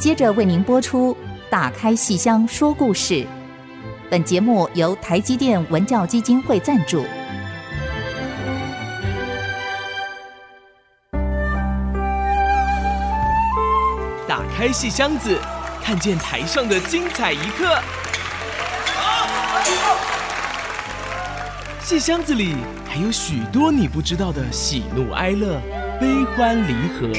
接着为您播出打开戏箱说故事。本节目由台积电文教基金会赞助。 打开戏箱子，看见台上的精彩一刻。戏箱子里还有许多你不知道的喜怒哀乐、悲欢离合。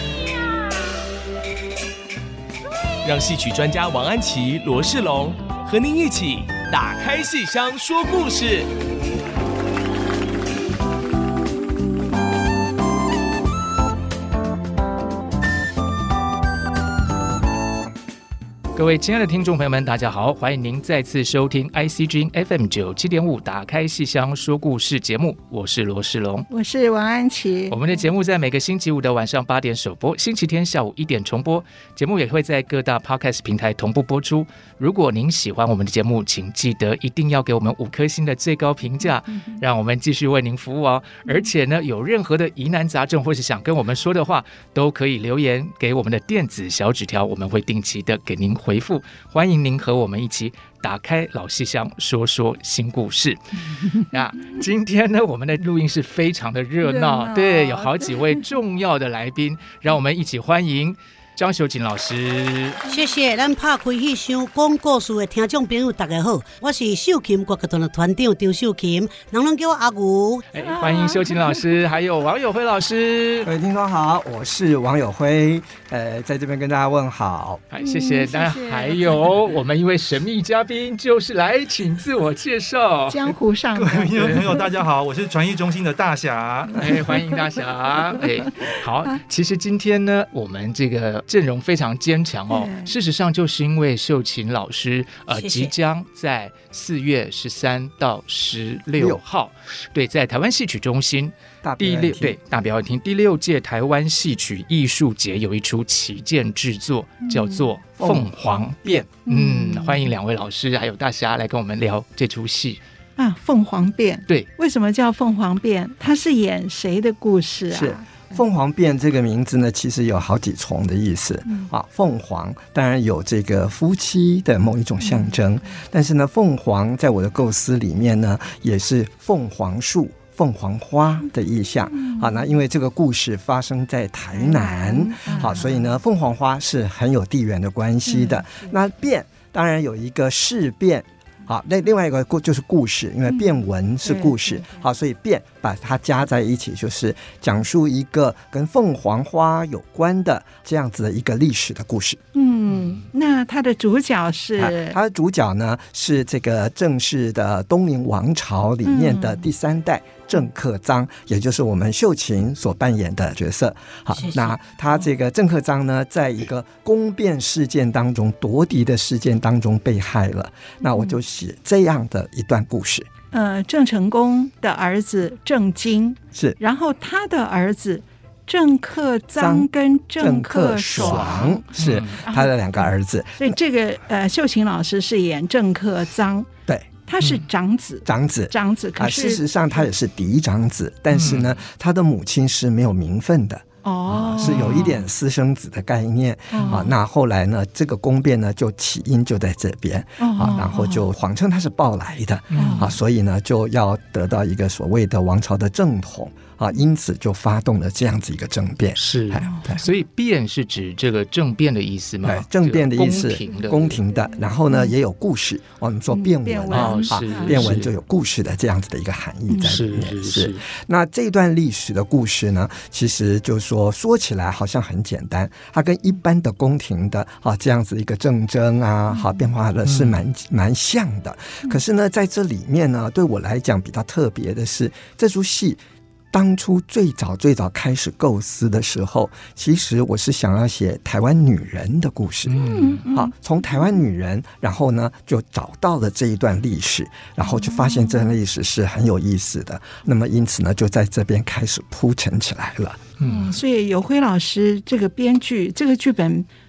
让戏曲专家王安琪、罗世龙和您一起打开戏箱说故事。 各位亲爱的听众朋友们，大家好，欢迎您再次收听 ICG FM 97.5打开戏箱说故事节目，我是罗世龙， 我是王安琪。 我们的节目在每个星期五的晚上8点首播，星期天下午1点重播，节目也会在各大 Podcast 平台同步播出。如果您喜欢我们的节目，请记得一定要给我们5颗星的最高评价，让我们继续为您服务哦。而且呢，有任何的疑难杂症或是想跟我们说的话，都可以留言给我们的电子小纸条，我们会定期的给您回复。欢迎您和我们一起打开老戏箱说说新故事。今天呢，我们的录音室非常的热闹，对，有好几位重要的来宾，让我们一起欢迎张秀琴老师。 谢谢，咱拍开戏箱讲故事的听众朋友大家好，我是秀琴国剧团的团长张秀琴，人人叫我阿牛。 欢迎秀琴老师，还有王友辉老师。 各位听众好，我是王友辉，在这边跟大家问好。 谢谢。当然还有我们一位神秘嘉宾，就是来请自我介绍。 江湖上各位听众朋友大家好，我是传艺中心的大侠。 欢迎大侠。好，其实今天呢，我们这个阵容非常坚强哦。事实上，就是因为秀琴老师即将在4月13到16号，对，在台湾戏曲中心大表演厅第6届台湾戏曲艺术节有一出旗舰制作，叫做《凤凰变》。欢迎2位老师还有大侠来跟我们聊这出戏啊。凤凰变， 对， 为什么叫凤凰变？它是演谁的故事啊？ 是凤凰变这个名字呢，其实有好几重的意思凤凰当然有这个夫妻的某一种象征，但是呢，凤凰在我的构思里面呢，也是凤凰树、凤凰花的意象。那因为这个故事发生在台南，所以呢，凤凰花是很有地缘的关系的。那变当然有一个事变。好，那另外一个就是故事，因为变文是故事，好，所以变把它加在一起，就是讲述一个跟凤凰花有关的这样子的一个历史的故事。 那它的主角是？ 它的主角呢是这个正式的东林王朝里面的第3代郑克章，也就是我们秀琴所扮演的角色。好，谢谢。那他这个郑克章呢，在一个宫变事件当中、夺嫡的事件当中被害了。那我就写这样的一段故事。 郑成功的儿子郑经是， 然后他的儿子郑克章跟郑克爽是他的2个儿子。 所以这个秀琴老师是演郑克章， 对。 他是长子，可是事实上他也是嫡长子，但是呢，他的母亲是没有名分的。是有一点私生子的概念。那后来呢，这个宫变呢，就起因就在这边。然后就谎称他是抱来的。所以呢，就要得到一个所谓的王朝的正统。因此就发动了这样子一个政变。 是，所以变是指这个政变的意思吗？ 对，政变的意思，宫廷的。然后呢，也有故事。我们说变文，变文就有故事的这样子的一个含义在里面。是。那这段历史的故事呢，其实就是说起来好像很简单，它跟一般的宫廷的这样子一个政争变化的是蛮像的。可是呢，在这里面呢，对我来讲比较特别的是，这出戏当初最早开始构思的时候，其实我是想要写台湾女人的故事。从台湾女人，然后呢就找到了这一段历史，然后就发现这段历史是很有意思的。那么因此呢，就在这边开始铺陈起来了。 所以友辉老师这个编剧，这个剧本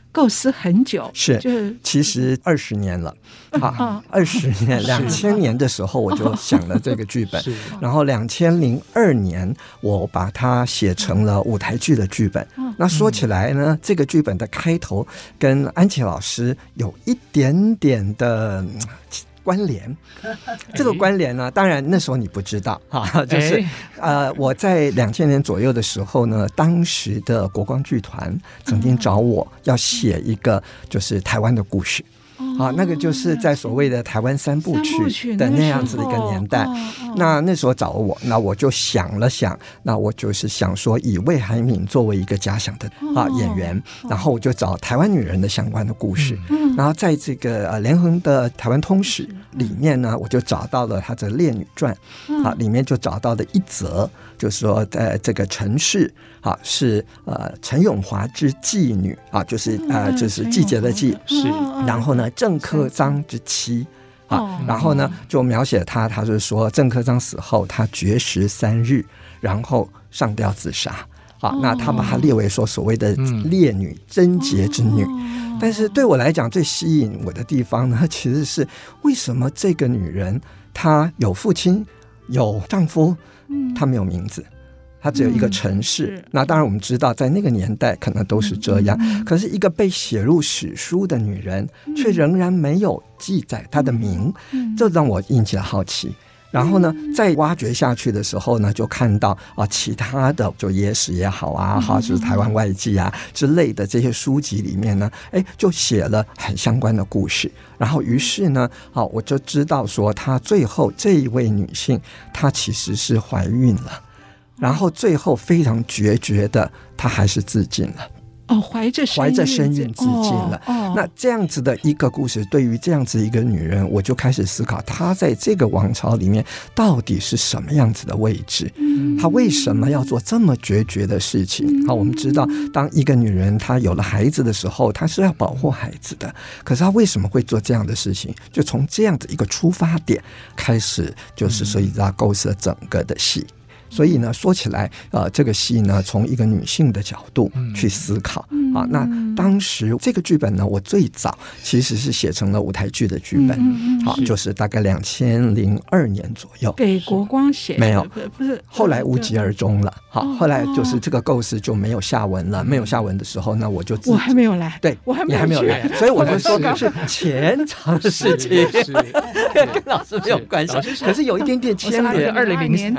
构思很久， 是，其实20年了。好，20年，2000年的时候我就想了这个剧本，然后2002年我把它写成了舞台剧的剧本。那说起来呢，这个剧本的开头跟安琪老师有一点点的关联。这个关联呢，当然那时候你不知道就是我在2000年左右的时候呢，当时的国光剧团曾经找我要写一个就是台湾的故事。那个就是在所谓的台湾3部曲的那样子的一个年代。那时候找我，那我就想了想，那我就是想说以魏海敏作为一个假想的演员，然后我就找台湾女人的相关的故事，然后在这个连横的台湾通史里面呢，我就找到了他的《烈女传》里面就找到了一则，就是说这个陈氏是陈永华之继女就是季节的季，是，然后呢郑克章之妻然后呢就描写他是说郑克章死后他绝食3日，然后上吊自杀。那他把它列为说所谓的烈女贞洁之女。但是对我来讲最吸引我的地方呢，其实是为什么这个女人她有父亲有丈夫，她没有名字，她只有一个陈氏。那当然我们知道在那个年代可能都是这样，可是一个被写入史书的女人却仍然没有记载她的名，这让我引起了好奇。然后呢再挖掘下去的时候呢，就看到其他的就野史也好就是台湾外记之类的这些书籍里面呢，就写了很相关的故事。然后于是呢我就知道说她最后这一位女性她其实是怀孕了，然后最后非常决绝的她还是自尽了。 怀着身孕自尽了。那这样子的一个故事，对于这样子一个女人，我就开始思考她在这个王朝里面到底是什么样子的位置，她为什么要做这么决绝的事情。我们知道当一个女人她有了孩子的时候，她是要保护孩子的，可是她为什么会做这样的事情，就从这样子一个出发点开始，就是所以她构思了整个的戏。所以呢说起来这个戏呢从一个女性的角度去思考那当时这个剧本呢我最早其实是写成了舞台剧的剧本就是大概2002年左右给国光写的。 没有，不是，后来无疾而终了。后来就是这个构思就没有下文了。没有下文的时候呢，我就我还没有来， 对， 我还没有来，所以我就说是前朝的事情，跟老师没有关系，可是有一点点牵连。 2002年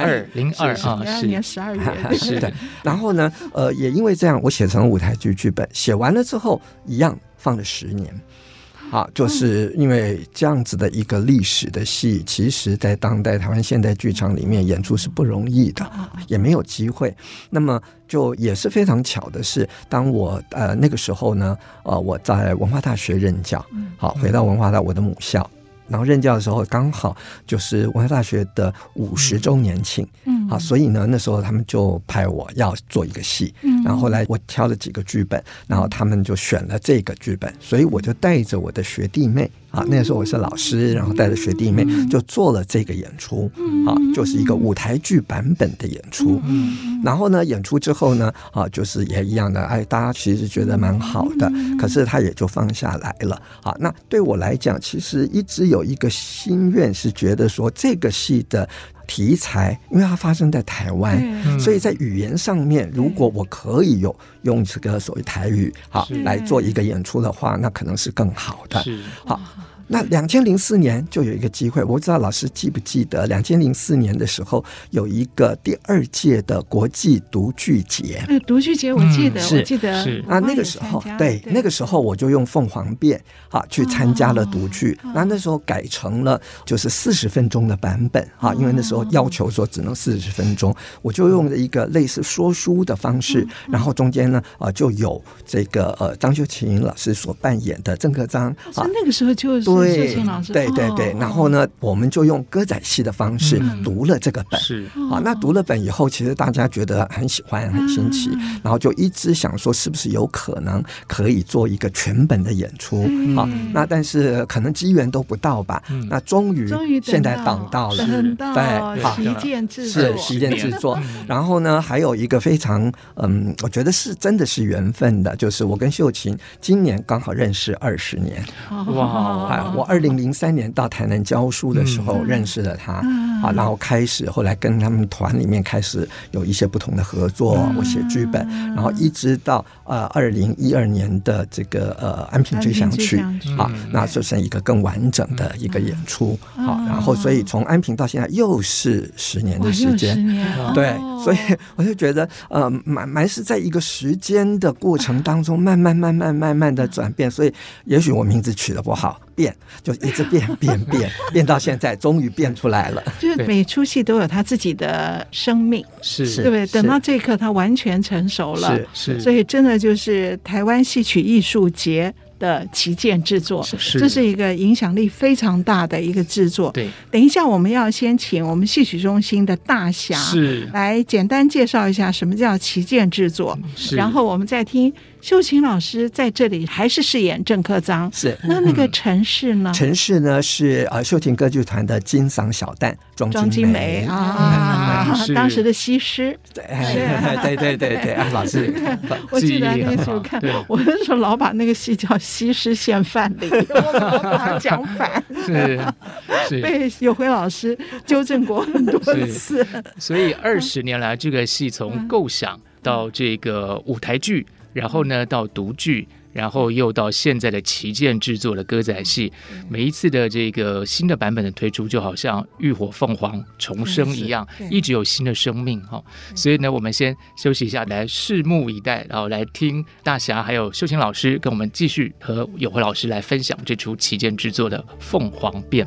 12月是的。然后呢也因为这样我写成了舞台剧剧本，写完了之后一样放了10年。就是因为这样子的一个历史的戏，其实在当代台湾现代剧场里面演出是不容易的，也没有机会。那么就也是非常巧的是，当我那个时候呢我在文化大学任教，回到文化大我的母校，然后任教的时候刚好就是文化大学的50周年庆，所以呢那时候他们就派我要做一个戏，然后后来我挑了几个剧本，然后他们就选了这个剧本，所以我就带着我的学弟妹那个时候我是老师，然后带着学弟妹就做了这个演出就是一个舞台剧版本的演出。然后呢演出之后呢就是也一样的大家其实觉得蛮好的，可是他也就放下来了。那对我来讲其实一直有一个心愿，是觉得说这个戏的题材因为它发生在台湾，所以在语言上面如果我可以用这个所谓台语来做一个演出的话，那可能是更好的。那2004年就有一个机会，我不知道老师记不记得2004年的时候有一个第2届的国际读剧节。 读剧节我记得我记得那个时候对那个时候我就用凤凰变去参加了读剧。那时候改成了就是40分钟的版本因为那时候要求说只能40分钟，我就用了一个类似说书的方式，然后中间呢就有这个张秀琴老师所扮演的郑克章那个时候就是对，秀琴老师，对对对。然后呢，我们就用歌仔戏的方式读了这个本， 是啊。那读了本以后，其实大家觉得很喜欢，很新奇，然后就一直想说，是不是有可能可以做一个全本的演出啊？那但是可能机缘都不到吧。那终于现在等到了， 对，旗舰制作是旗舰制作。然后呢，还有一个非常我觉得是真的是缘分的，就是我跟秀琴今年刚好认识20年。哇！我2003年到台南教书的时候认识了他啊，然后开始后来跟他们团里面开始有一些不同的合作，我写剧本，然后一直到2012年的这个安平追想曲啊，那就是一个更完整的一个演出啊。然后所以从安平到现在又是10年的时间，对，所以我就觉得蛮是在一个时间的过程当中慢慢的转变，所以也许我名字取得不好，变就一直变到现在终于变出来了。 就是每出戏都有他自己的生命， 是对不对？等到这一刻他完全成熟了， 是， 所以真的就是台湾戏曲艺术节的旗舰制作，这是一个影响力非常大的一个制作。 对， 等一下我们要先请我们戏曲中心的大侠来简单介绍一下什么叫旗舰制作，然后我们再听秀琴老师在这里还是饰演郑克臧。 是， 那个陈氏呢？ 陈氏呢是秀琴歌剧团的金嗓小旦庄金梅啊，当时的西施。 对，老师， 我记得那时候看，我那时候老把那个戏叫西施献范蠡，我老把它讲反， 是被有辉老师纠正过很多次。 所以20年来，这个戏从构想到这个舞台剧，然后呢到独剧，然后又到现在的旗舰制作的歌仔戏，每一次的这个新的版本的推出，就好像浴火凤凰重生一样，一直有新的生命。所以呢，我们先休息一下，来拭目以待，然后来听大侠还有秀琴老师跟我们继续和有辉老师来分享这出旗舰制作的《凤凰变》。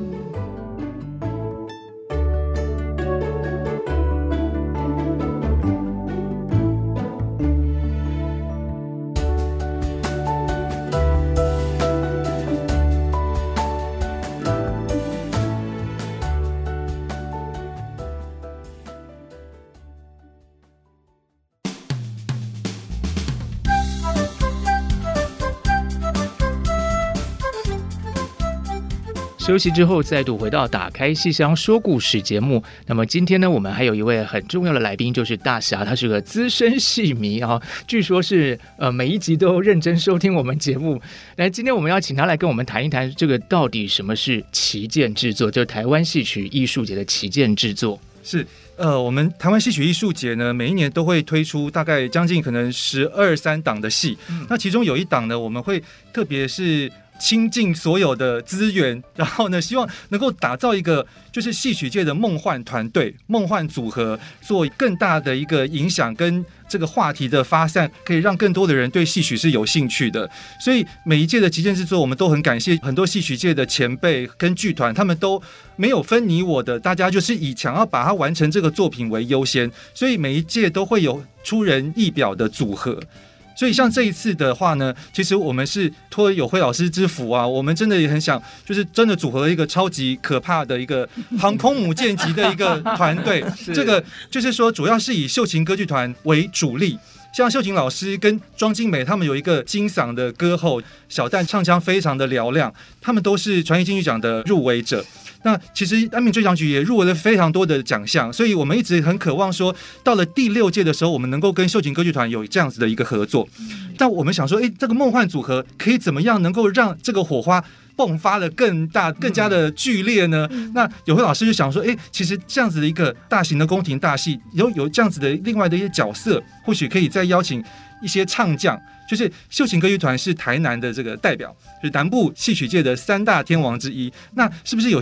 休息之后，再度回到打开戏箱说故事节目。那么今天呢，我们还有一位很重要的来宾，就是大侠，他是个资深戏迷啊，据说是每一集都认真收听我们节目。来，今天我们要请他来跟我们谈一谈，这个到底什么是旗舰制作，就是台湾戏曲艺术节的旗舰制作。 是我们台湾戏曲艺术节呢，每一年都会推出大概将近可能12-13档的戏，那其中有一档呢，我们会特别是倾尽所有的资源，然后呢，希望能够打造一个就是戏曲界的梦幻团队、梦幻组合，做更大的一个影响跟这个话题的发散，可以让更多的人对戏曲是有兴趣的。所以每一届的旗舰制作，我们都很感谢很多戏曲界的前辈跟剧团，他们都没有分你我的，大家就是以想要把它完成这个作品为优先，所以每一届都会有出人意表的组合。所以像这一次的话呢，其实我们是托有辉老师之福啊，我们真的也很想，就是真的组合了一个超级可怕的一个航空母舰级的一个团队。这个就是说，主要是以秀琴歌剧团为主力。像秀琴老师跟庄金梅他们有一个金嗓的歌后，小旦唱腔非常的嘹亮，他们都是传艺金曲奖的入围者。那其实安平追想曲也入围了非常多的奖项，所以我们一直很渴望说，到了第6届的时候，我们能够跟秀琴歌剧团有这样子的一个合作。但我们想说，这个梦幻组合可以怎么样能够让这个火花迸发的更大、更加的剧烈呢？那有辉老师就想说，其实这样子的一个大型的宫廷大戏，有这样子的另外的一些角色，或许可以再邀请一些唱将。就是秀琴歌剧团是台南的这个代表，就是南部戏曲界的3大天王之一。那是不是有些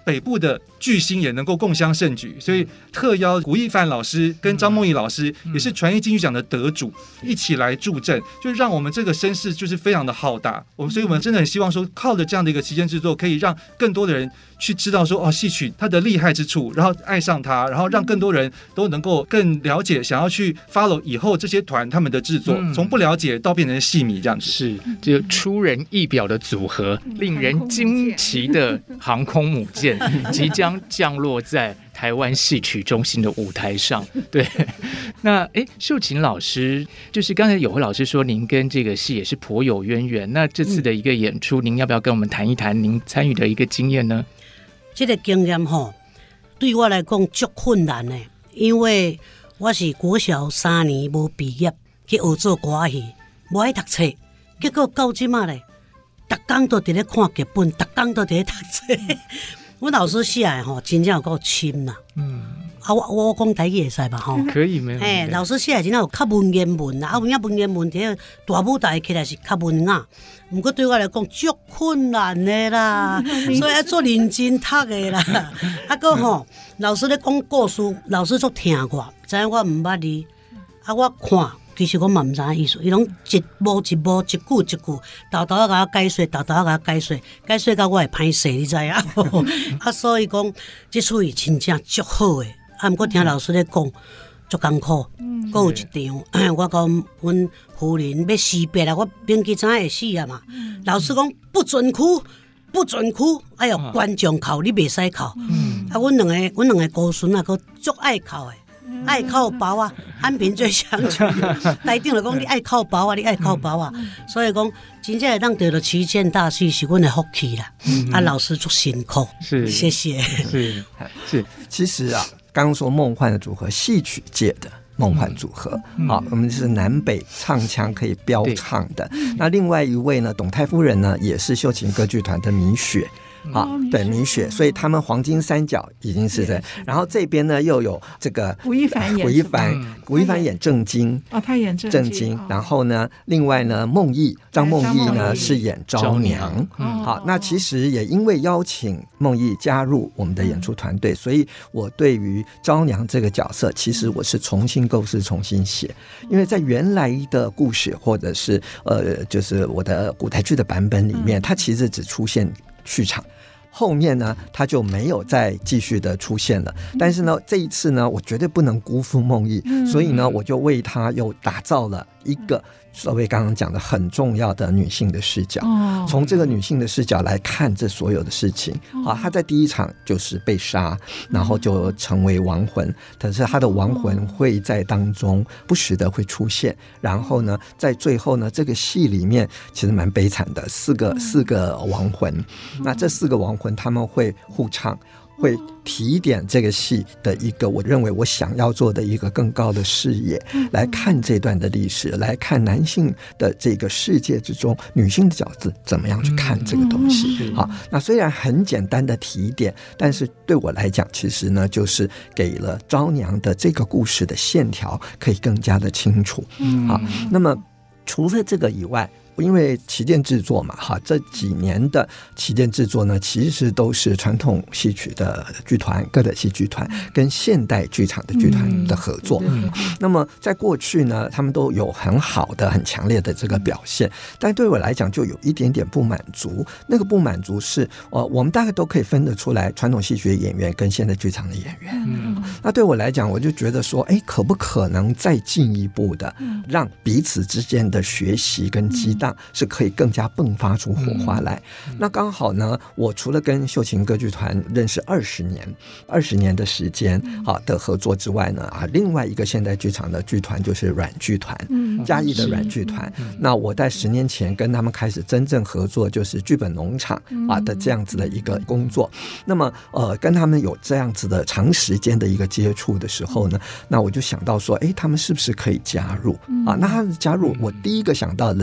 北部的巨星也能够共襄盛举，所以特邀吴亦凡老师跟张梦怡老师，也是传艺金曲奖的得主，一起来助阵，就让我们这个声势就是非常的浩大。所以我们真的很希望说，靠着这样的一个旗舰制作，可以让更多的人去知道说，戏曲它的厉害之处，然后爱上它，然后让更多人都能够更了解，想要去 follow 以后这些团他们的制作，从不了解到变成戏迷这样子。 是，就出人意表的组合，令人惊奇的航空母舰即将降落在台湾戏曲中心的舞台上。对，那秀琴老师，就是刚才友惠老师说您跟这个戏也是颇有渊源，那这次的一个演出，您要不要跟我们谈一谈您参与的一个经验呢？ 这个经验对我来讲足困难的，因为我是国小3年无毕业去学做歌戏，无爱读册，结果到即马咧，逐天都伫咧看剧本，逐天都伫咧读册。阮老师写的真正有够深啦。我讲台语会使吧？ 可以没有？ 老师写的真正有较文言文啦，文言文伫大舞台起来是较文雅，不过对我来讲足困难的啦，所以要做认真读的啦。老师咧讲故事，老师足听我，知影我唔捌字，我看。其实我嘛唔知影意思，伊拢一幕一幕，一句一句，豆豆甲我解说，豆豆甲我解说，解说到我会歹势，你知影？所以讲，这出戏真正足好的。不过听老师咧讲，足艰苦。还有一场，我讲阮夫人要死别啦，我明记早会死啊嘛。老师讲不准哭，不准哭，哎呦，观众哭你袂使哭。阮两个姑孙啊，佫足爱哭的。爱靠包啊，安平最想去。台长就讲你爱靠包啊，你爱靠包啊，所以讲真正会当得到旗舰大戏是阮的福气啦。老师足辛苦，是谢谢。 是，其实啊，刚刚说梦幻的组合，戏曲界的梦幻组合，我们是南北唱腔可以飙唱的。那另外一位呢，董太夫人呢，也是秀琴歌剧团的米雪。对，米雪，所以他们黄金三角已经是在，然后这边呢又有这个吴亦凡演正经， 他演正经， 然后呢，另外呢，张梦毅呢是演昭娘。好，那其实也因为邀请梦毅加入我们的演出团队，所以我对于昭娘这个角色，其实我是重新构思、重新写，因为在原来的故事或者是就是我的舞台剧的版本里面，它其实只出现剧场，后面呢他就没有再继续的出现了。但是呢，这一次呢，我绝对不能辜负梦毅，所以呢，我就为他又打造了一个所谓刚刚讲的很重要的女性的视角，从这个女性的视角来看这所有的事情。她在第一场就是被杀，然后就成为亡魂，可是她的亡魂会在当中不时的会出现，然后呢，在最后呢，这个戏里面其实蛮悲惨的，四个亡魂，那这4个亡魂他们会互唱，会提点这个戏的一个我认为我想要做的一个更高的视野，来看这段的历史，来看男性的这个世界之中女性的角色怎么样去看这个东西。好，那虽然很简单的提点，但是对我来讲其实呢，就是给了昭娘的这个故事的线条可以更加的清楚。好，那么除了这个以外，因为旗舰制作嘛，这几年的旗舰制作呢，其实都是传统戏曲的剧团、歌仔戏剧团跟现代剧场的剧团的合作。那么在过去呢，他们都有很好的、很强烈的这个表现，但对我来讲就有一点点不满足。那个不满足是，我们大概都可以分得出来，传统戏曲的演员跟现代剧场的演员。那对我来讲，我就觉得说，可不可能再进一步的让彼此之间的学习跟激荡是可以更加迸发出火花来。那刚好呢，我除了跟秀琴歌剧团认识20年的时间的合作之外呢，另外一个现代剧场的剧团就是软剧团，嘉义的软剧团。那我在10年前跟他们开始真正合作，就是剧本农场的这样子的一个工作。那么跟他们有这样子的长时间的一个接触的时候呢，那我就想到说，他们是不是可以加入那他们加入，我第一个想到的其实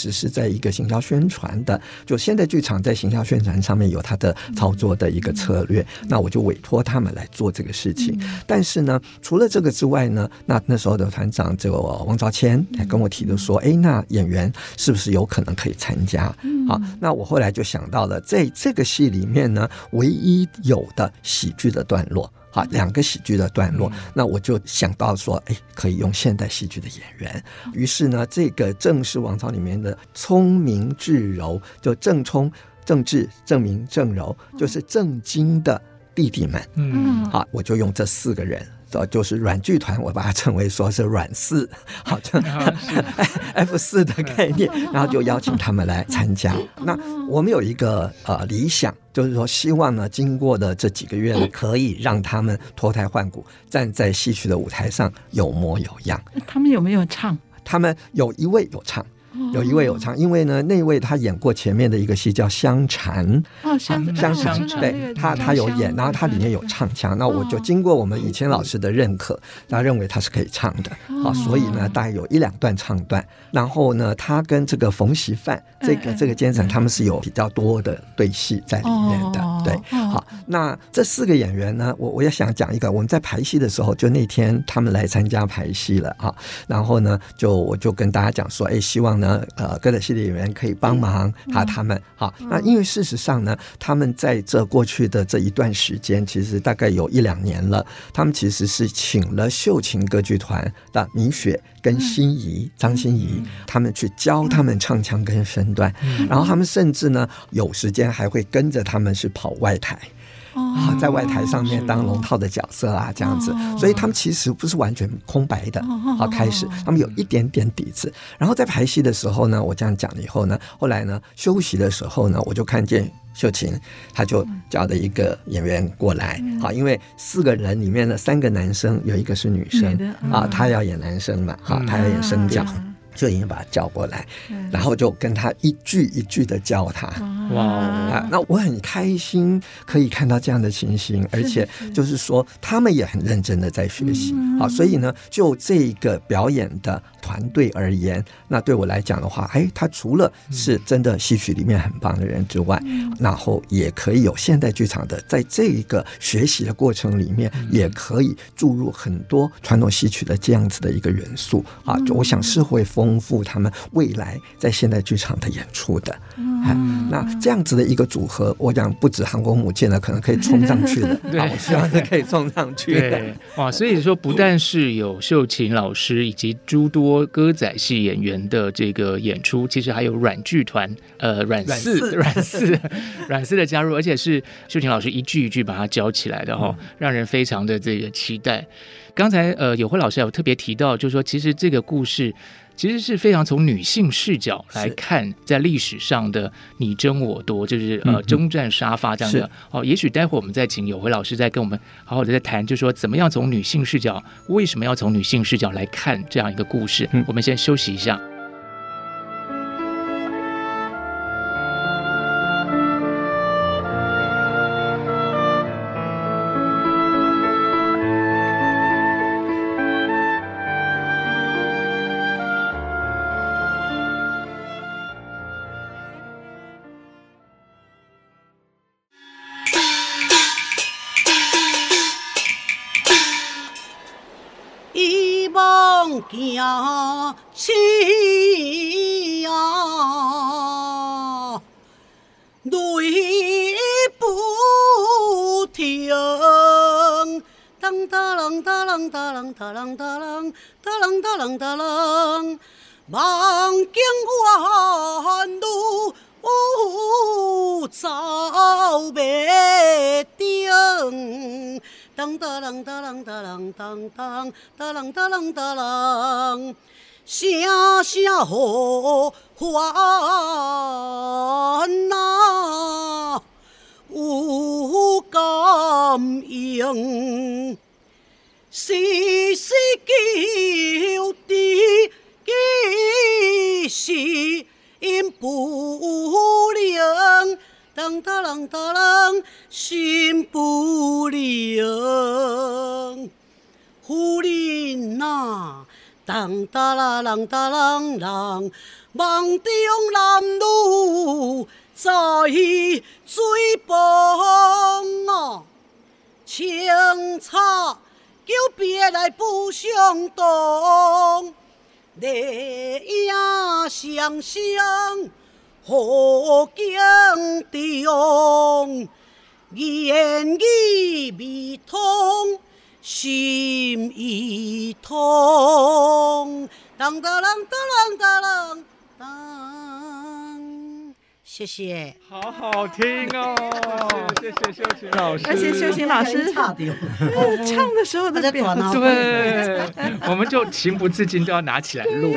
实是在一个行销宣传的，就现代剧场在行销宣传上面有它的操作的一个策略，那我就委托他们来做这个事情。但是呢，除了这个之外呢，那时候的团长这个王昭谦还跟我提的说，那演员是不是有可能可以参加？好，那我后来就想到了，在这个戏里面呢，唯一有的喜剧的段落。好，2个喜剧的段落，那我就想到说，可以用现代戏剧的演员。于是呢，这个正是王朝里面的聪明智柔，就正聪、正智、正明、正柔，就是正经的弟弟们。好，我就用这4个人。就是软剧团，我把它称为说是软4，好，就F4 的概念，然后就邀请他们来参加。那我们有一个理想，就是说希望呢，经过的这几个月呢，可以让他们脱胎换骨，站在戏曲的舞台上有模有样。 他们有没有唱？ 他们有一位有唱。有一位有唱，因为呢，那位他演过前面的一个戏叫《香禅》 香禅， 对，他有演，然后他里面有唱腔，那我就经过我们以前老师的认可，他认为他是可以唱的，所以呢，大概有1-2段唱段，然后呢，他跟这个冯锡范这个奸臣，他们是有比较多的对戏在里面的，对，好，那这4个演员呢，我也想讲一个，我们在排戏的时候，就那天他们来参加排戏了啊，然后呢，我就跟大家讲说，希望呢，歌仔戏的演员可以帮忙他们。好，那因为事实上呢，他们在这过去的这一段时间，其实大概有1-2年了，他们其实是请了秀琴歌剧团的米雪跟张欣怡，他们去教他们唱腔跟身段，然后他们甚至呢，有时间还会跟着他们是跑外台。在外台上面当龙套的角色啊，这样子，所以他们其实不是完全空白的。好，开始他们有一点点底子，然后在排戏的时候呢，我这样讲了以后呢，后来呢休息的时候呢，我就看见秀琴，他就叫了一个演员过来，好，因为4个人里面的3个男生，有1个是女生啊，他要演男生嘛，好，他要演生角。就已经把他叫过来，然后就跟他一句一句的教他。哇！那我很开心可以看到这样的情形，而且就是说他们也很认真的在学习。好，所以呢，就这个表演的团队而言，那对我来讲的话，他除了是真的戏曲里面很棒的人之外，然后也可以有现代剧场的，在这一个学习的过程里面，也可以注入很多传统戏曲的这样子的一个元素啊。就我想是会丰富他们未来在现代剧场的演出的。那这样子的一个组合，我讲不止航空母舰了，可能可以冲上去的。我希望是可以冲上去的。 对，哇！所以说，不但是有秀琴老师以及诸多歌仔戏演员的这个演出，其实还有软剧团，软四的加入，而且是秀琴老师一句一句把它教起来的让人非常的这个期待。刚才友慧老师有特别提到，就是说，其实这个故事其实是非常从女性视角来看，在历史上的你争我夺，就是征战沙发这样的。也许待会我们再请友慧老师再跟我们好好的再谈，就是说怎么样从女性视角，为什么要从女性视角来看这样一个故事。我们先休息一下。 行起啊，泪不停，当当啷当啷当啷当啷当啷当啷当啷当啷，望见弯路走袂定。当当啷当啷当啷当当当啷当啷当啷，声声呼唤呐，有感应，时时求知，几时因不灵。当当啷当啷，心不宁。夫人呐， 当哒啦啷哒啷啷，梦中男女在水旁哦，青草求别来不相同，泪影双双好景中，言语未通心已痛，当当啷当啷当啷当。谢谢， 好好听哦！谢谢秀琴老师， 而且秀琴老师唱的时候的表情， 对，我们就情不自禁就要拿起来录。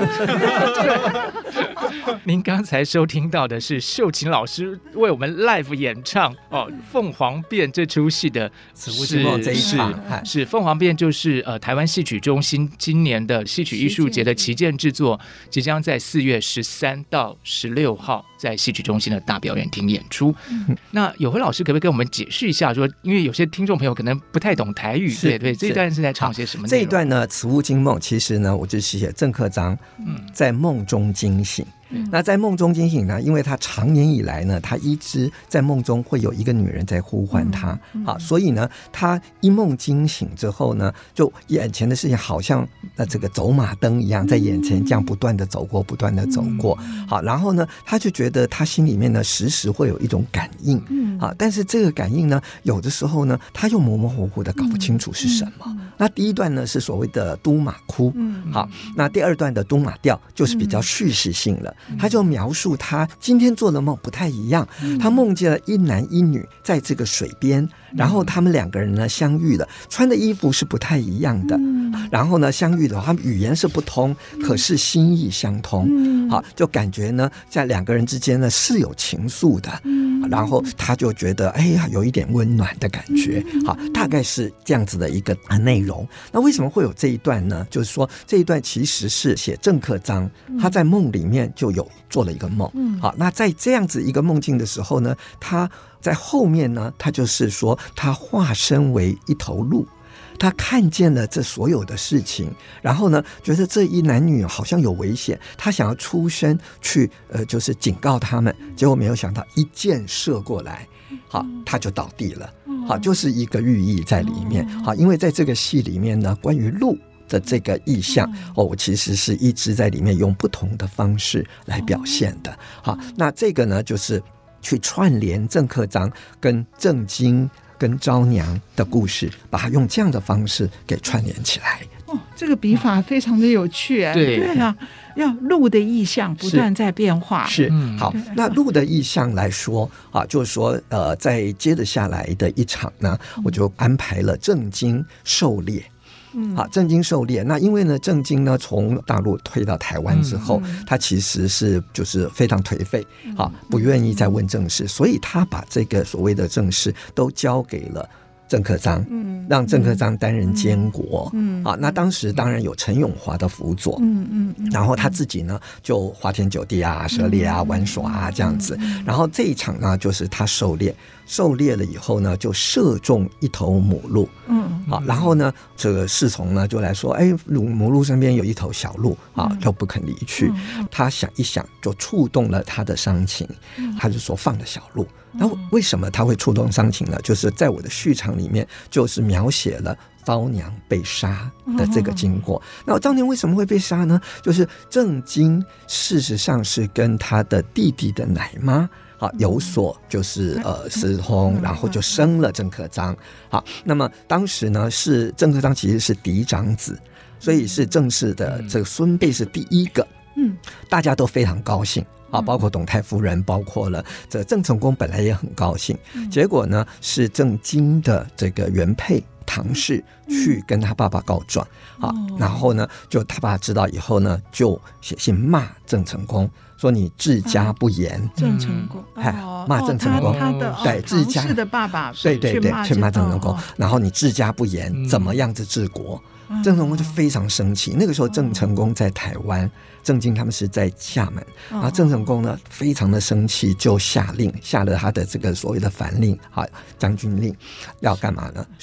您刚才收听到的是秀琴老师为我们 live 演唱哦，《凤凰变》这出戏的此物经梦这一场是凤凰变，就是台湾戏曲中心今年的戏曲艺术节的旗舰制作，即将在4月13到16号在戏曲中心的大表演厅演出。那友辉老师可不可以跟我们解释一下说，因为有些听众朋友可能不太懂台语，对，这一段是在唱些什么内容？ 这一段呢，此物经梦，其实呢，我就写郑克章在梦中惊醒。那在梦中惊醒呢，因为他长年以来呢，他一直在梦中会有一个女人在呼唤他，好，所以呢，他一梦惊醒之后呢，就眼前的事情好像这个走马灯一样，在眼前这样不断的走过，不断的走过，好，然后呢，他就觉得他心里面呢，时时会有一种感应，好，但是这个感应呢，有的时候呢，他又模模糊糊的搞不清楚是什么。那第一段呢是所谓的都马哭，好，那第二段的都马调就是比较叙事性了。他就描述他今天做的梦不太一样，他梦见了一男一女在这个水边，然后他们两个人呢相遇了，穿的衣服是不太一样的，然后呢相遇的话，他们语言是不通，可是心意相通，好，就感觉呢在两个人之间呢是有情愫的，然后他就觉得哎呀有一点温暖的感觉，好，大概是这样子的一个内容。那为什么会有这一段呢？就是说这一段其实是写郑克章他在梦里面就有做了一个梦，好，那在这样子一个梦境的时候呢，他在后面呢，他就是说他化身为一头鹿，他看见了这所有的事情，然后呢觉得这一男女好像有危险，他想要出声去就是警告他们，结果没有想到一箭射过来，好，他就倒地了，好，就是一个寓意在里面，好，因为在这个戏里面呢，关于鹿的这个意象我其实是一直在里面用不同的方式来表现的，好，那这个呢就是去串联郑克章跟郑经跟昭娘的故事，把它用这样的方式给串联起来。 这个笔法非常的有趣，对啊，要鹿的意象不断在变化， 是好。那鹿的意象来说啊，就是说在接着下来的一场呢，我就安排了郑经狩猎。好，郑经狩猎，那因为呢，郑经呢从大陆退到台湾之后，他其实是就是非常颓废，好，不愿意再问政事，所以他把这个所谓的政事都交给了郑克章，让郑克章担任监国，啊，那当时当然有陈永华的辅佐，然后他自己呢就花天酒地啊、狩猎啊、玩耍啊这样子，然后这一场呢就是他狩猎了以后呢，就射中一头母鹿，好，然后呢，这个侍从呢就来说，哎，母鹿身边有一头小鹿啊，就不肯离去。他想一想，就触动了他的伤情，他就说放了小鹿。然后为什么他会触动伤情呢？就是在我的序场里面，就是描写了昭娘被杀的这个经过。那昭娘为什么会被杀呢？就是郑经事实上是跟他的弟弟的奶妈有所就是私通，然后就生了郑克章。好，那么当时呢是郑克章其实是嫡长子，所以是郑氏的这个孙辈是第一个，大家都非常高兴啊，包括董太夫人，包括了这郑成功本来也很高兴，结果呢是郑经的这个原配唐氏去跟他爸爸告状，好，然后呢就他爸知道以后呢就写信骂郑成功，说你治家不严， 郑成功骂郑成功， 他的对治家的爸爸， 对去骂郑成功，然后你治家不严，怎么样子治国？郑成功就非常生气。那个时候郑成功在台湾，郑经他们是在厦门，然后郑成功呢非常的生气，就下了他的这个所谓的反令将军令，要干嘛呢？杀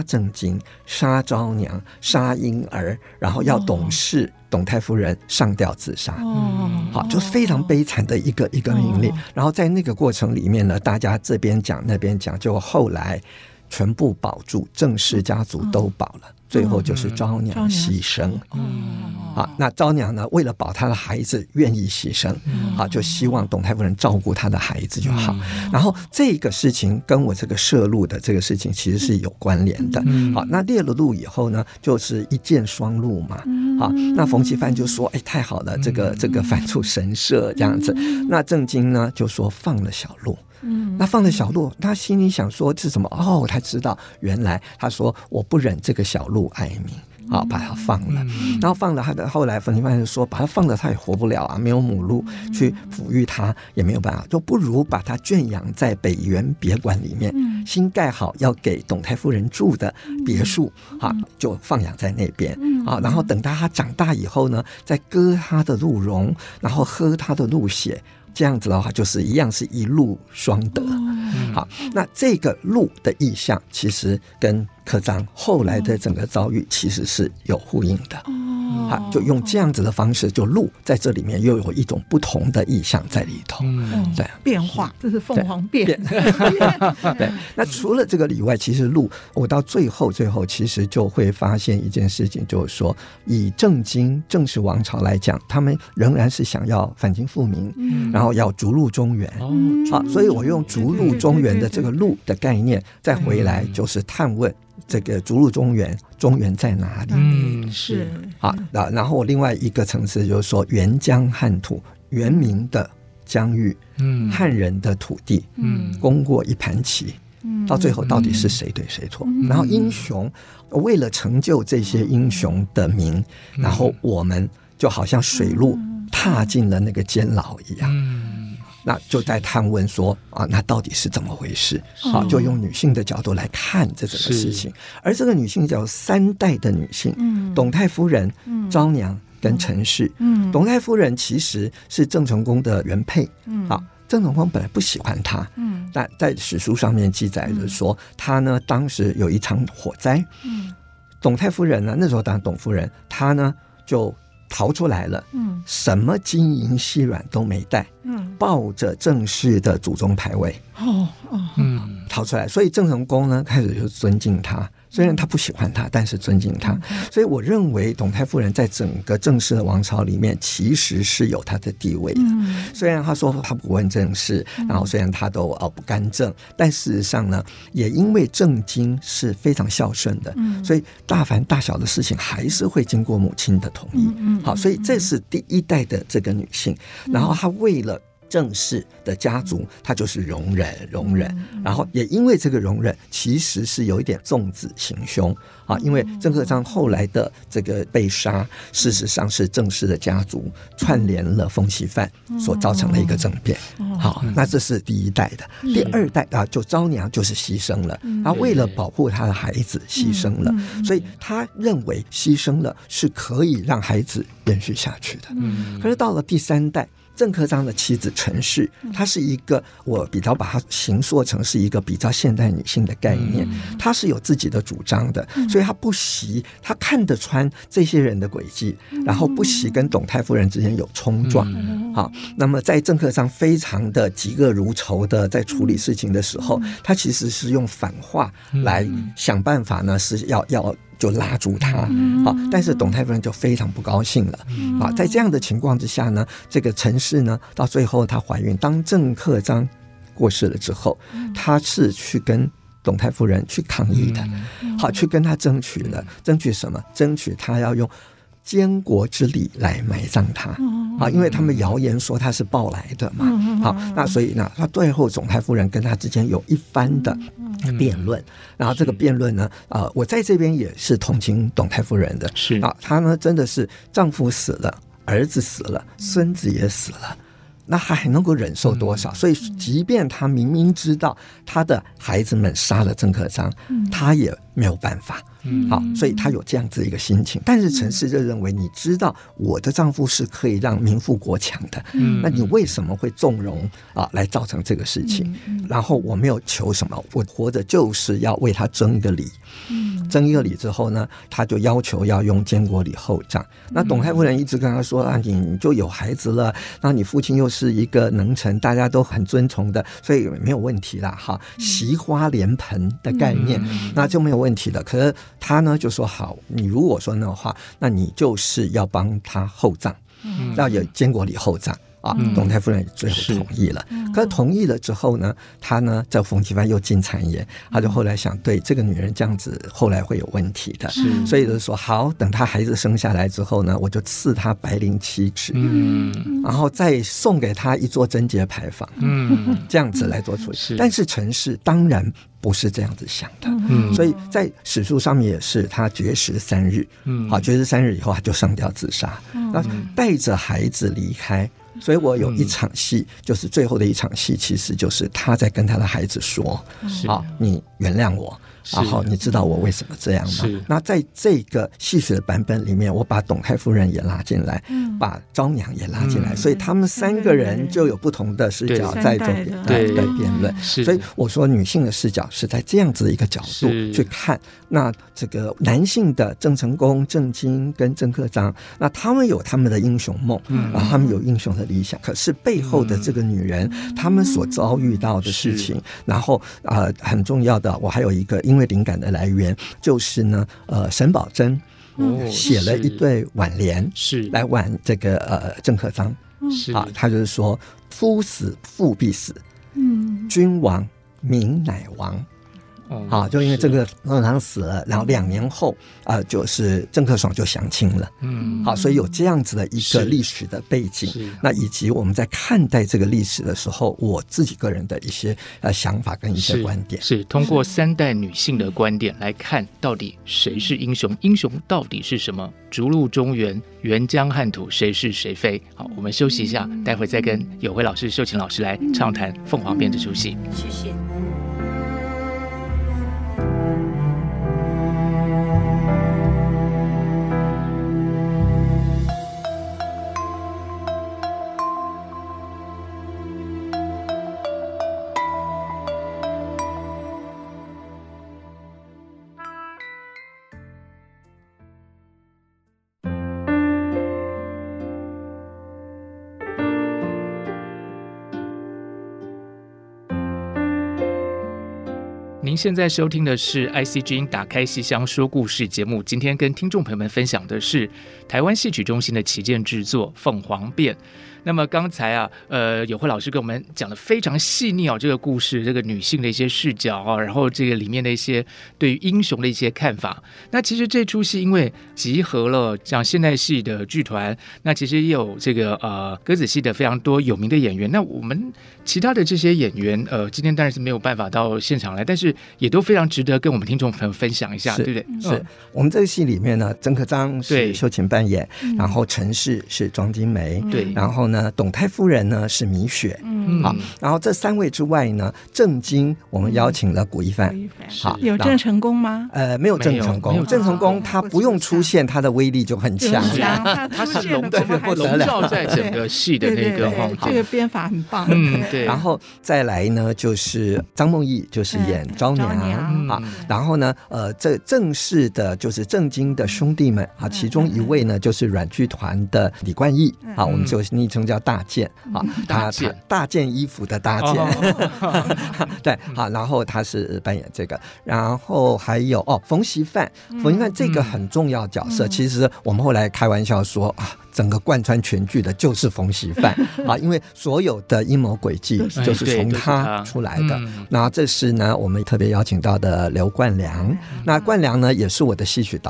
郑经、杀昭娘、杀婴儿，然后要董氏、董太夫人上吊自杀。好，就是非常悲惨的一个命令。然后在那个过程里面呢，大家这边讲那边讲，就后来全部保住，郑氏家族都保了。最后就是昭娘牺牲。那昭娘呢，为了保她的孩子，愿意牺牲。就希望董太夫人照顾她的孩子就好。然后这个事情跟我这个摄录的这个事情其实是有关联的。好，那列了录以后呢，就是一箭双录嘛。好，那冯其范就说：“哎，太好了，这个反出神社这样子。”那郑经呢就说放了小陆。那放了小陆，他心里想说是什么？他知道原来他说我不忍这个小陆哀鸣。把它放了，然后放了他的。后来冯其范就说，把它放了，他也活不了啊，没有母鹿去抚育他，也没有办法，就不如把它圈养在北园别馆里面，新盖好要给董太夫人住的别墅，就放养在那边。然后等到他长大以后呢，再割他的鹿茸，然后喝他的鹿血。这样子的话，就是一样是一鹿双得。好，那这个鹿的意象其实跟柯章后来的整个遭遇其实是有呼应的。就用这样子的方式，就鹿在这里面又有一种不同的意象在里头。对， 变化，这是凤凰变。 对，那除了这个以外，其实鹿我到最后其实就会发现一件事情，就是说以郑经郑氏王朝来讲，他们仍然是想要反清复明，然后要逐鹿中原。所以我用逐鹿中原的这个鹿的概念再回来，就是探问这个逐鹿中原，中原在哪里？ 是然后另外一个层次就是说，原疆汉土，原民的疆域，汉人的土地，攻过一盘棋，到最后到底是谁对谁错？然后英雄为了成就这些英雄的名，然后我们就好像水路踏进了那个监牢一样。那就在探问说那到底是怎么回事？就用女性的角度来看这整个事情。而这个女性叫3代的女性，董太夫人、昭娘跟陈氏。董太夫人其实是郑成功的原配。郑成功本来不喜欢她，但在史书上面记载着说，她呢当时有一场火灾，董太夫人呢那时候当董夫人，她呢就逃出来了，什么金银细软都没带，抱着郑氏的祖宗牌位，逃出来。所以郑成功呢开始就尊敬他，虽然他不喜欢他，但是尊敬他。所以我认为董太夫人在整个郑氏的王朝里面其实是有他的地位的。虽然他说他不问政事，然后虽然他都不干政，但事实上呢，也因为郑经是非常孝顺的，所以大凡大小的事情还是会经过母亲的同意。好，所以这是第1代的这个女性，然后她为了郑氏的家族，他就是容忍，然后也因为这个容忍，其实是有一点纵子行凶因为郑克章后来的这个被杀，事实上是郑氏的家族串联了冯其范所造成的一个政变。好，那这是第1代的。第2代就昭娘就是牺牲了，为了保护她的孩子牺牲了，所以他认为牺牲了是可以让孩子延续下去的。可是到了第3代，郑克章的妻子陈氏，她是一个我比较把她形塑成是一个比较现代女性的概念，她是有自己的主张的，所以她不惜，她看得穿这些人的诡计，然后不惜跟董太夫人之间有冲撞。好，那么在郑克章非常的嫉恶如仇的在处理事情的时候，他其实是用反话来想办法呢，是要就拉住他。但是董太夫人就非常不高兴了。在这样的情况之下呢，这个陈氏呢，到最后她怀孕，当郑克章过世了之后，她是去跟董太夫人去抗议的。好，去跟她争取了，争取什么？争取她要用监国之礼来埋葬他。因为他们谣言说他是抱来的嘛。好，那所以呢，他最后董太夫人跟他之间有一番的辩论，然后这个辩论呢，我在这边也是同情董太夫人的。是她呢真的是丈夫死了，儿子死了，孙子也死了，那还能够忍受多少？所以即便他明明知道他的孩子们杀了郑克章，他也没有办法， 好，所以他有这样子一个心情。但是陈氏就认为，你知道我的丈夫是可以让民富国强的，那你为什么会纵容来造成这个事情？然后我没有求什么，我活着就是要为他争一个理。争一个理之后呢，他就要求要用监国礼厚葬。那董太夫人一直跟他说啊，你就有孩子了，那你父亲又是一个能臣，大家都很尊崇的，所以没有问题啦哈，惜花莲盆的概念，那就没有问题了。可是他呢就说好，你如果说那的话，那你就是要帮他厚葬，要有监国礼厚葬。董太夫人最后同意了。可是同意了之后呢，他呢在冯其藩又进谗言，他就后来想，对这个女人这样子后来会有问题的，所以就说好，等他孩子生下来之后呢，我就赐他白绫7尺，然后再送给他一座贞节牌坊，这样子来做处理。但是陈氏当然不是这样子想的，所以在史书上面也是他绝食3日，绝食3日以后他就上吊自杀，然后带着孩子离开。所以我有一场戏，就是最后的一场戏，其实就是他在跟他的孩子说，你原谅我，然后你知道我为什么这样吗？那在这个戏曲的版本里面，我把董太夫人也拉进来，把昭娘也拉进来，所以他们3个人就有不同的视角在做辩论。所以我说女性的视角是在这样子的一个角度去看，那这个男性的郑成功、郑经跟郑克章，那他们有他们的英雄梦，然后他们有英雄的理想，可是背后的这个女人，他们所遭遇到的事情，然后很重要的，我还有一个因为灵感的来源，就是呢沈葆桢写了一对挽联，来挽这个郑克章，他就是说夫死妇必死，君亡民乃亡。就因为这个郑克章死了，然后2年后就是郑克爽就降清了，所以有这样子的一个历史的背景，那以及我们在看待这个历史的时候，我自己个人的一些想法跟一些观点， 是通过3代女性的观点来看，到底谁是英雄，英雄到底是什么？逐鹿中原，援疆汉土，谁是谁非？好，我们休息一下，待会再跟友辉老师、秀琴老师来畅谈《凤凰变》这出戏。 谢谢。 您现在收听的是 ICG 打开戏箱说故事节目，今天跟听众朋友们分享的是台湾戏曲中心的旗舰制作《凤凰变》。那么刚才友辉老师跟我们讲的非常细腻这个故事，这个女性的一些视角然后这个里面的一些对于英雄的一些看法。那其实这出戏因为集合了像现代戏的剧团，那其实也有这个歌子戏的非常多有名的演员。那我们其他的这些演员今天当然是没有办法到现场来，但是也都非常值得跟我们听众朋友分享一下，对不对？ 是我们这个戏里面呢，曾克章是秀琴扮演，然后陈氏是庄金梅，对，然后呢董太夫人呢是米雪，然后这3位之外呢，郑经我们邀请了古一帆， 有郑成功吗？ 没有郑成功，郑成功他不用出现，他的威力就很强， 他是笼罩在整个戏的那个这个编法很棒， 对。 然后再来呢，就是张梦忆就是演昭娘然后呢这正式的就是郑经的兄弟们其中一位呢就是阮剧团的李冠毅我们就昵称叫大健他大件衣服的大件对然后他是扮演这个，然后还有冯锡范这个很重要角色，其实我们后来开玩笑说整个贯穿全剧的就是冯锡范因为所有的阴谋诡计就是从他出来的。那这是呢我们特别邀请到的刘冠良，那冠良呢也是我的戏曲导演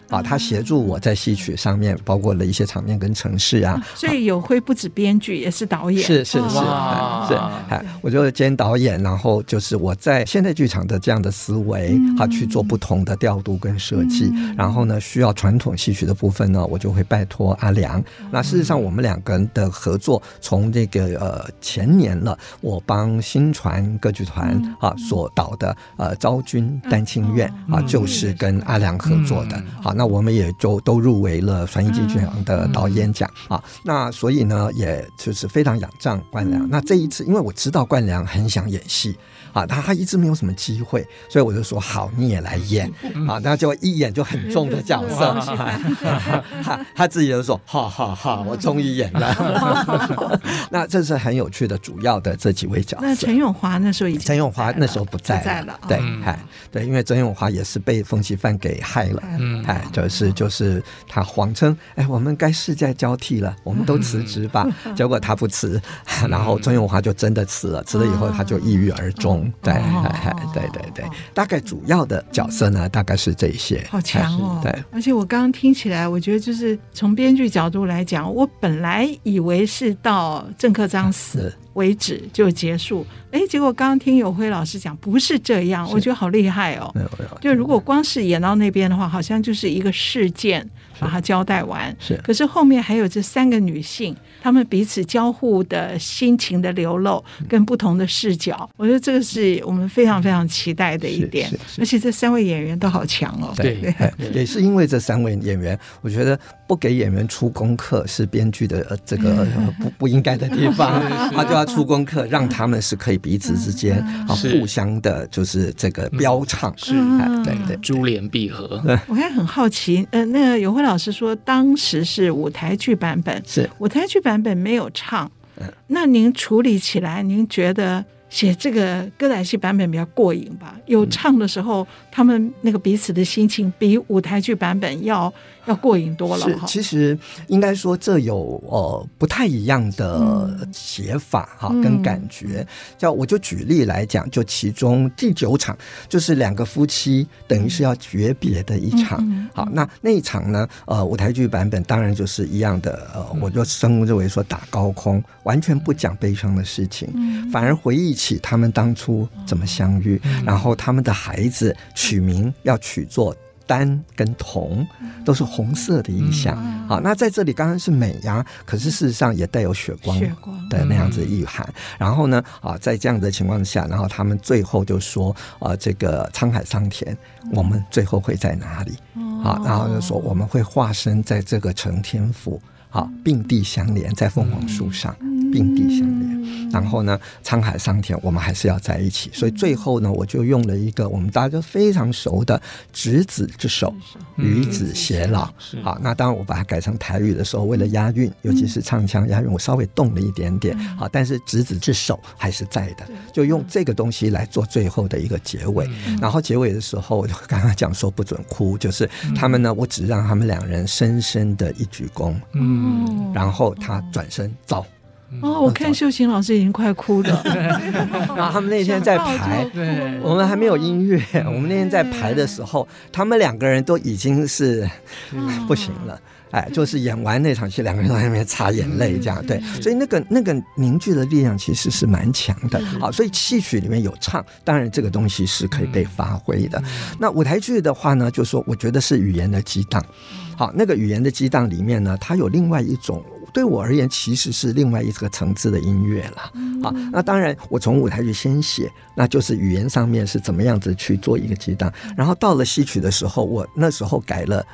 他协助我在戏曲上面，包括了一些场面跟程式啊。 所以友辉不止编剧，也是导演。 是，我就兼导演，然后就是我在现代剧场的这样的思维，去做不同的调度跟设计。然后呢，需要传统戏曲的部分呢，我就会拜托阿良。那事实上，我们两个人的合作，从这个前年了，我帮新传歌剧团所导的昭君丹青院就是跟阿良合作的。那我们也就都入围了传艺剧场的导演奖那所以呢，也就是非常仰仗冠良。那这一次，因为我知道冠良很想演戏他一直没有什么机会，所以我就说好，你也来演那就一演就很重的角色他自己就说好，我终于演了那这是很有趣的主要的这几位角色。 那陈永华那时候陈永华那时候不在了对，因为陈永华也是被风纪犯给害了就是他谎称我们该世代交替了，我们都辞职吧结果他不辞然后陈永华就真的辞了以后他就抑郁而终对，大概主要的角色呢，大概是这些。 好强对，而且我刚刚听起来，我觉得就是从编剧角度来讲，我本来以为是到郑克章死为止就结束，结果刚刚听友辉老师讲不是这样，我觉得好厉害哦。就如果光是演到那边的话，好像就是一个事件把它交代完，可是后面还有这3个女性，她们彼此交互的心情的流露跟不同的视角，我觉得这个是我们非常非常期待的一点。而且这3位演员都好强对，也是因为这3位演员，我觉得不给演员出功课是编剧的这个不应该的地方他就要出功课，让他们是可以彼此之间互相的就是这个标唱对， 珠联璧合我还很好奇那个友辉老师说当时是舞台剧版本， 是舞台剧版本没有唱那您处理起来您觉得写这个歌仔戏版本比较过瘾吧？有唱的时候他们那个彼此的心情比舞台剧版本要过瘾多了。 其实应该说这有不太一样的写法跟感觉。我就举例来讲，就其中第9场就是2个夫妻等于是要诀别的一场好，那一场呢舞台剧版本当然就是一样的我就称之为说打高空，完全不讲悲伤的事情反而回忆起他们当初怎么相遇然后他们的孩子取名要取作丹跟铜，都是红色的意象好，那在这里刚刚是美呀，可是事实上也带有血光的那样子的意涵然后呢在这样的情况下，然后他们最后就说这个沧海桑田我们最后会在哪里然后就说我们会化身在这个承天府并蒂相连，在凤凰树上并蒂相连然后呢沧海桑田我们还是要在一起，所以最后呢我就用了一个我们大家都非常熟的执子之手与子偕老好，那当然我把它改成台语的时候，为了押韵尤其是唱腔押韵我稍微动了一点点好，但是执子之手还是在的，就用这个东西来做最后的一个结尾然后结尾的时候我就刚刚讲说不准哭，就是他们呢我只让他们2人深深的一鞠躬然后他转身走我看秀琴老师已经快哭了然后他们那天在排我们还没有音乐我们那天在排的时候他们2个人都已经是不行了就是演完那场戏2个人都在那边擦眼泪这样对，所以那个凝聚的力量其实是蛮强的好，所以戏曲里面有唱，当然这个东西是可以被发挥的那舞台剧的话呢，就说我觉得是语言的激荡好，那个语言的激荡里面呢，它有另外一种对我而言其实是另外一个层次的音乐了好，那当然我从舞台剧先写，那就是语言上面是怎么样子去做一个激荡，然后到了戏曲的时候，我那时候改了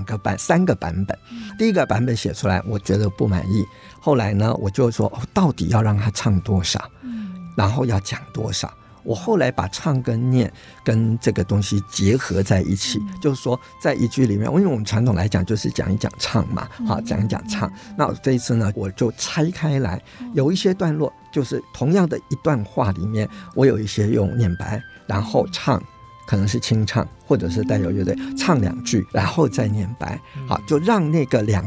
3个版本第一个版本写出来我觉得不满意，后来呢我就说到底要让他唱多少然后要讲多少，我后来把唱跟念跟这个东西结合在一起就是说在一句里面，因为我们传统来讲就是讲一讲唱嘛好，讲一讲唱，那这一次呢我就拆开来，有一些段落就是同样的一段话里面我有一些用念白然后唱，可能是清唱或者是带有乐队唱2句然后再念白好，就让那个2个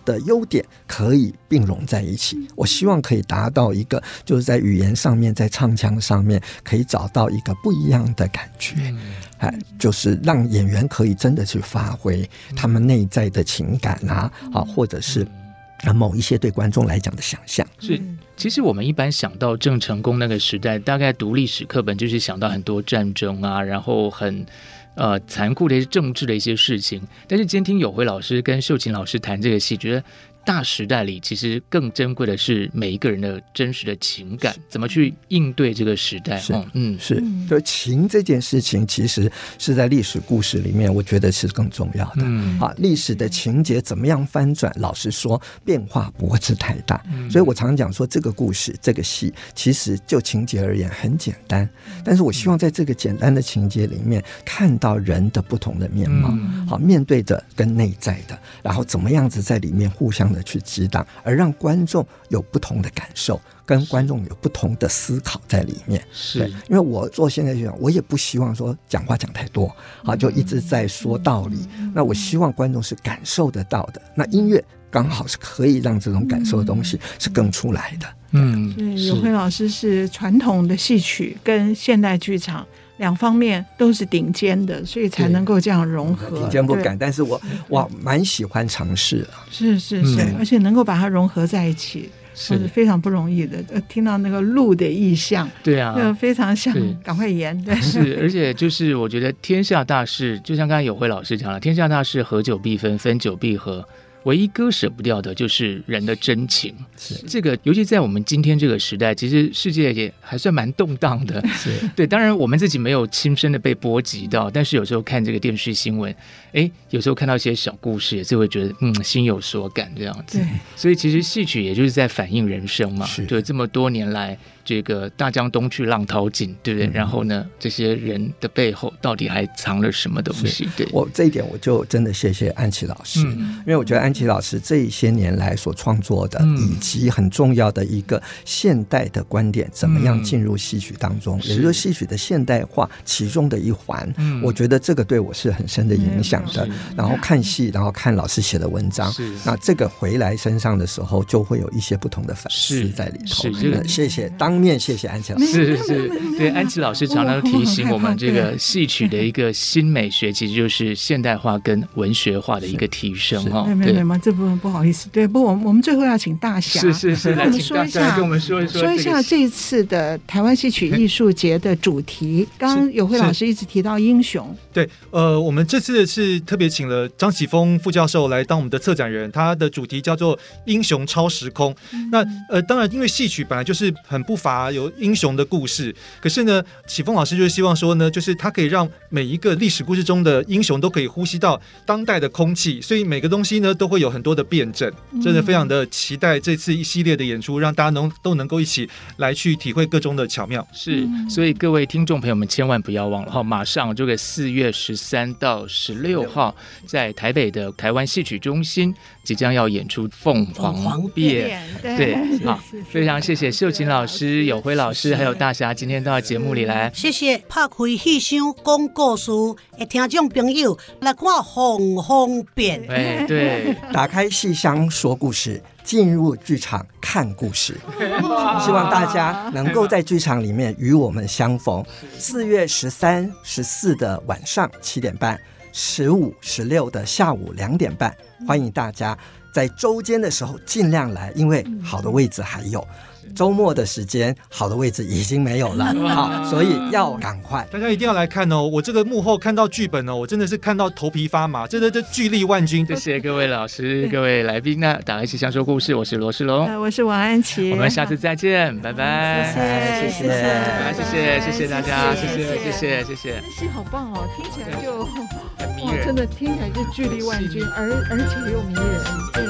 的优点可以并容在一起。我希望可以达到一个就是在语言上面，在唱腔上面可以找到一个不一样的感觉，就是让演员可以真的去发挥他们内在的情感或者是某一些对观众来讲的想象。 是，其实我们一般想到郑成功那个时代，大概读历史课本就是想到很多战争然后很残酷的一些政治的一些事情。但是今天听友辉老师跟秀琴老师谈这个戏，觉得大时代里其实更珍贵的是每一个人的真实的情感，怎么去应对这个时代。 是，就情这件事情其实是在历史故事里面我觉得是更重要的。历史的情节怎么样翻转，老实说变化不会是太大。所以我常讲说这个故事这个戏其实就情节而言很简单，但是我希望在这个简单的情节里面看到人的不同的面貌，面对的跟内在的，然后怎么样子在里面互相的去激荡，而让观众有不同的感受，跟观众有不同的思考在里面。 是， 因为我做现代剧场，我也不希望说讲话讲太多，就一直在说道理。那我希望观众是感受得到的，那音乐刚好是可以让这种感受的东西是更出来的。 友辉老师是传统的戏曲跟现代剧场两方面都是顶尖的，所以才能够这样融合。 顶尖不敢，但是我蛮喜欢尝试的。 是，而且能够把它融合在一起是非常不容易的。听到那个鹿的意象， 对啊， 非常想赶快演。对， 是，而且就是我觉得天下大事，就像刚才友辉老师讲了，天下大事合久必分，分久必合。唯一割舍不掉的就是人的真情。这个尤其在我们今天这个时代，其实世界也还算蛮动荡的。对，当然我们自己没有亲身的被波及到，但是有时候看这个电视新闻，有时候看到一些小故事，也是会觉得心有所感这样子。所以其实戏曲也就是在反映人生嘛。对，这么多年来这个大江东去浪淘尽，对不对？然后呢，这些人的背后到底还藏了什么东西？对， 我这一点我就真的谢谢安琪老师，因为我觉得安琪老师这一些年来所创作的，以及很重要的一个现代的观点，怎么样进入戏曲当中，也就是戏曲的现代化其中的一环。我觉得这个对我是很深的影响的。然后看戏，然后看老师写的文章，那这个回来身上的时候，就会有一些不同的反思在里头。谢谢，当面谢谢安琪老师。 是，对，安琪老师常常提醒我们，这个戏曲的一个新美学，其实就是现代化跟文学化的一个提升。 没有，这部分不好意思。对，不，我们最后要请大侠， 来请大侠跟我们说一下这一次的台湾戏曲艺术节的主题。刚刚友辉老师一直提到英雄， 对，我们这次是特别请了张启峰副教授来当我们的策展人，他的主题叫做英雄超时空。那当然因为戏曲本来就是很不乏有英雄的故事，可是呢启峰老师就是希望说呢，就是他可以让每一个历史故事中的英雄都可以呼吸到当代的空气，所以每个东西呢都会有很多的辩证。真的非常的期待这次一系列的演出，让大家都能够一起来去体会各中的巧妙。 是，所以各位听众朋友们千万不要忘了，马上这个4月13到16号在台北的台湾戏曲中心即将要演出《凤凰变》。对，好，非常谢谢秀琴老师、友辉老师还有大侠今天到节目里来。 谢谢拍开戏箱讲故事的听众朋友来看《凤凰变》。 对， 打开戏箱说故事，进入剧场看故事。希望大家能够在剧场里面与我们相逢。4月13、14的晚上7点半，15、16的下午2点半，欢迎大家在周间的时候尽量来，因为好的位置还有。周末的时间好的位置已经没有了，好，所以要赶快， 大家一定要来看哦！我这个幕后看到剧本哦，我真的是看到头皮发麻，这巨力万钧。 谢谢各位老师、各位来宾呢，打开戏箱说故事，我是罗世龙， 我是王安琪， 我们下次再见，拜拜， 谢谢大家，谢谢。 戏好棒哦，听起来就很迷人，真的听起来就巨力万钧，而且又迷人，对。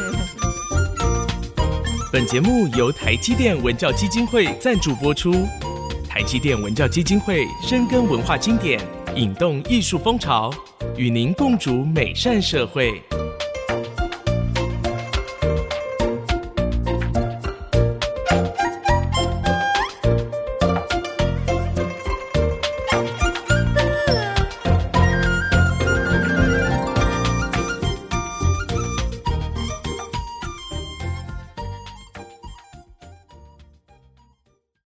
本节目由台积电文教基金会赞助播出。台积电文教基金会深耕文化经典，引动艺术风潮，与您共筑美善社会。